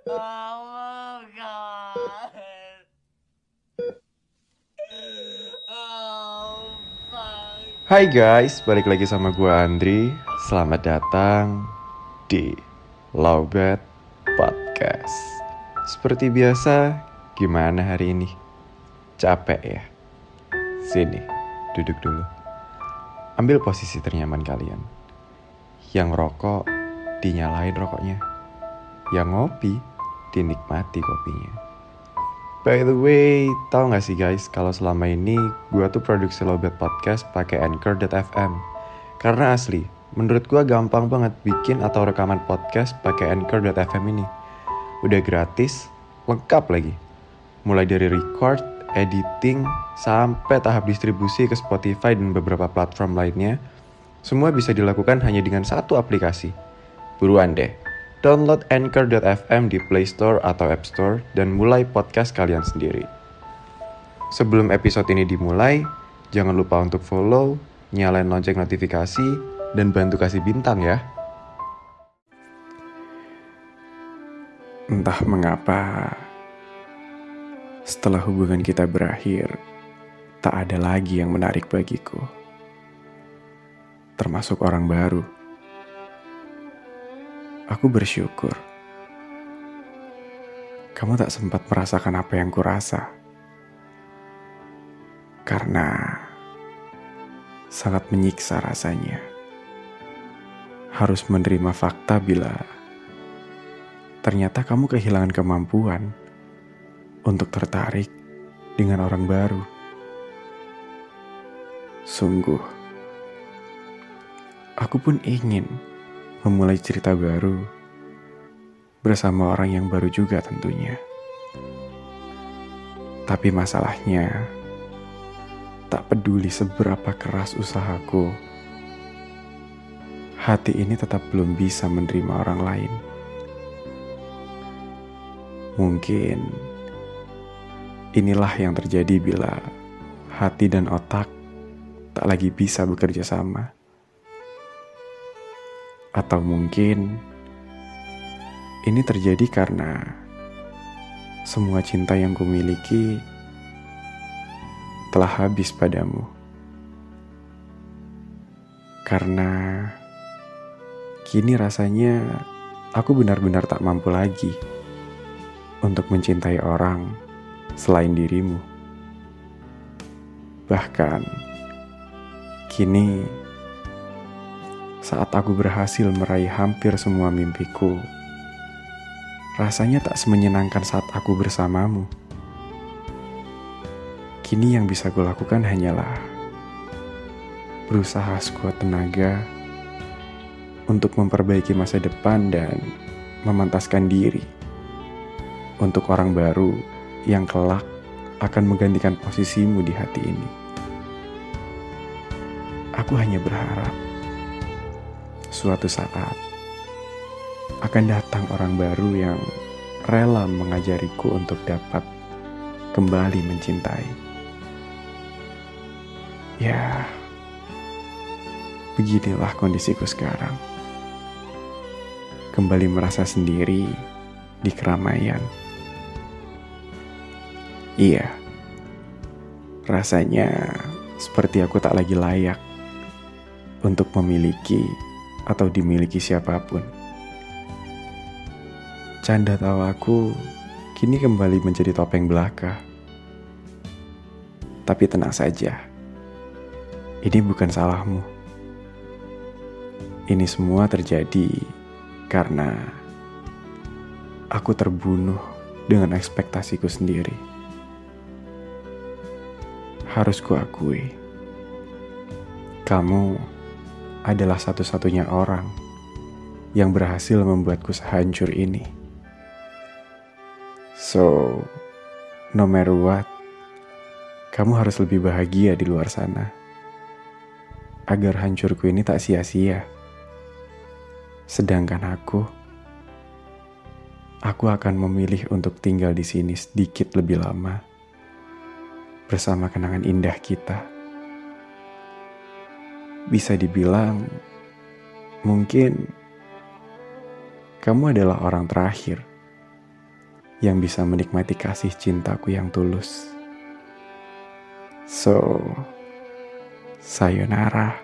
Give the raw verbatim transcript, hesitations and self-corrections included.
Oh God. Oh fuck. Hai guys, balik lagi sama gue Andri. Selamat datang di Lowbat Podcast. Seperti biasa, gimana hari ini? Capek ya? Sini, duduk dulu. Ambil posisi ternyaman kalian. Yang rokok, dinyalain rokoknya. Yang ngopi, dinikmati kopinya. By the way, tau gak sih guys, kalau selama ini gue tuh produksi Lowbat Podcast pakai Anchor dot f m. Karena asli, menurut gue gampang banget bikin atau rekaman podcast pakai Anchor dot f m ini. Udah gratis, lengkap lagi. Mulai dari record, editing, sampai tahap distribusi ke Spotify dan beberapa platform lainnya, semua bisa dilakukan hanya dengan satu aplikasi. Buruan deh, download Anchor dot f m di Play Store atau App Store dan mulai podcast kalian sendiri. Sebelum episode ini dimulai, jangan lupa untuk follow, nyalain lonceng notifikasi, dan bantu kasih bintang ya. Entah mengapa, setelah hubungan kita berakhir, tak ada lagi yang menarik bagiku. Termasuk orang baru. Aku bersyukur. Kamu tak sempat merasakan apa yang kurasa. Karena sangat menyiksa rasanya. Harus menerima fakta bila ternyata kamu kehilangan kemampuan untuk tertarik dengan orang baru. Sungguh, aku pun ingin memulai cerita baru bersama orang yang baru juga tentunya. Tapi masalahnya, tak peduli seberapa keras usahaku, hati ini tetap belum bisa menerima orang lain. Mungkin inilah yang terjadi bila hati dan otak tak lagi bisa bekerja sama. Atau mungkin ini terjadi karena semua cinta yang kumiliki telah habis padamu. Karena kini rasanya aku benar-benar tak mampu lagi untuk mencintai orang selain dirimu. Bahkan kini saat aku berhasil meraih hampir semua mimpiku, rasanya tak semenyenangkan saat aku bersamamu. Kini yang bisa kulakukan hanyalah berusaha sekuat tenaga untuk memperbaiki masa depan dan memantaskan diri untuk orang baru yang kelak akan menggantikan posisimu di hati ini. Aku hanya berharap suatu saat akan datang orang baru yang rela mengajariku untuk dapat kembali mencintai. Ya, beginilah kondisiku sekarang. Kembali merasa sendiri di keramaian. Iya, rasanya seperti aku tak lagi layak untuk memiliki atau dimiliki siapapun. Canda tawaku kini kembali menjadi topeng belaka. Tapi tenang saja, ini bukan salahmu. Ini semua terjadi karena aku terbunuh dengan ekspektasiku sendiri. Harus kuakui, kamu adalah satu-satunya orang yang berhasil membuatku sehancur ini. So, no matter what, kamu harus lebih bahagia di luar sana, agar hancurku ini tak sia-sia. Sedangkan aku, aku akan memilih untuk tinggal di sini sedikit lebih lama, bersama kenangan indah kita. Bisa dibilang, mungkin kamu adalah orang terakhir yang bisa menikmati kasih cintaku yang tulus. So, sayonara.